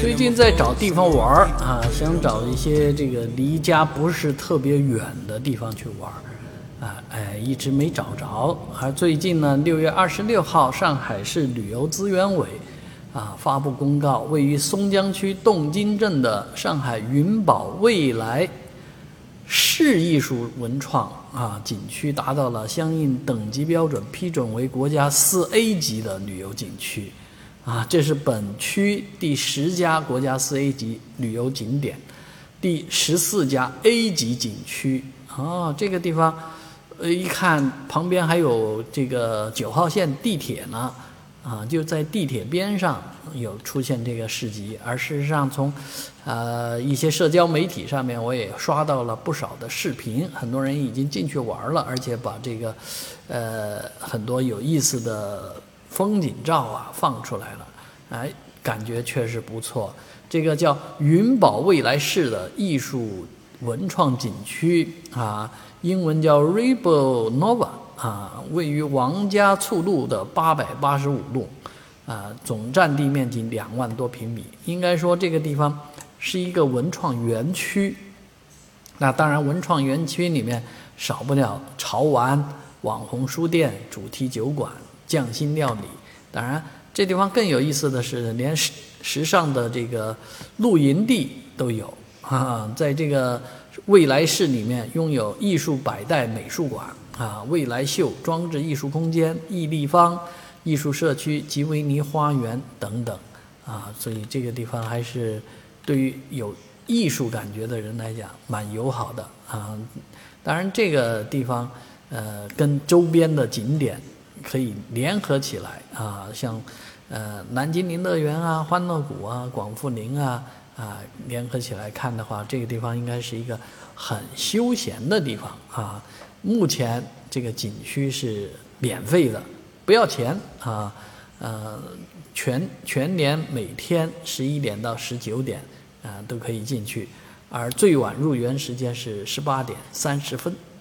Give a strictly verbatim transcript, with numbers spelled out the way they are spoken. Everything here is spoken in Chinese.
最近在找地方玩儿啊，想找一些这个离家不是特别远的地方去玩儿，啊，哎，一直没找着。而最近呢，六月二十六号，上海市旅游资源委啊发布公告，位于松江区洞津镇的上海云宝未来市艺术文创啊景区达到了相应等级标准，批准为国家四 A 级的旅游景区。啊，这是本区第十家国家四 A 级旅游景点，第十四家 A 级景区。哦，这个地方，呃，一看旁边还有这个九号线地铁呢，啊，就在地铁边上有出现这个市集。而事实上从，呃，一些社交媒体上面我也刷到了不少的视频，很多人已经进去玩了，而且把这个，呃，很多有意思的风景照啊放出来了，哎，感觉确实不错。这个叫云宝未来市的艺术文创景区啊，英文叫 Rainbow Nova 啊，位于王家簇路的八百八十五路啊，总占地面积两万多平米。应该说这个地方是一个文创园区。那当然，文创园区里面少不了潮玩、网红书店、主题酒馆、匠心料理。当然这地方更有意思的是，连时时尚的这个露营地都有啊。在这个未来市里面拥有艺术百代美术馆啊、未来秀装置艺术空间、艺立方艺术社区、吉维尼花园等等啊，所以这个地方还是对于有艺术感觉的人来讲蛮友好的啊。当然这个地方呃跟周边的景点可以联合起来啊，像呃南京林乐园啊、欢乐谷啊、广富林啊啊联合起来看的话，这个地方应该是一个很休闲的地方啊。目前这个景区是免费的，不要钱啊，呃全全年每天十一点到十九点啊都可以进去，而最晚入园时间是十八点三十分。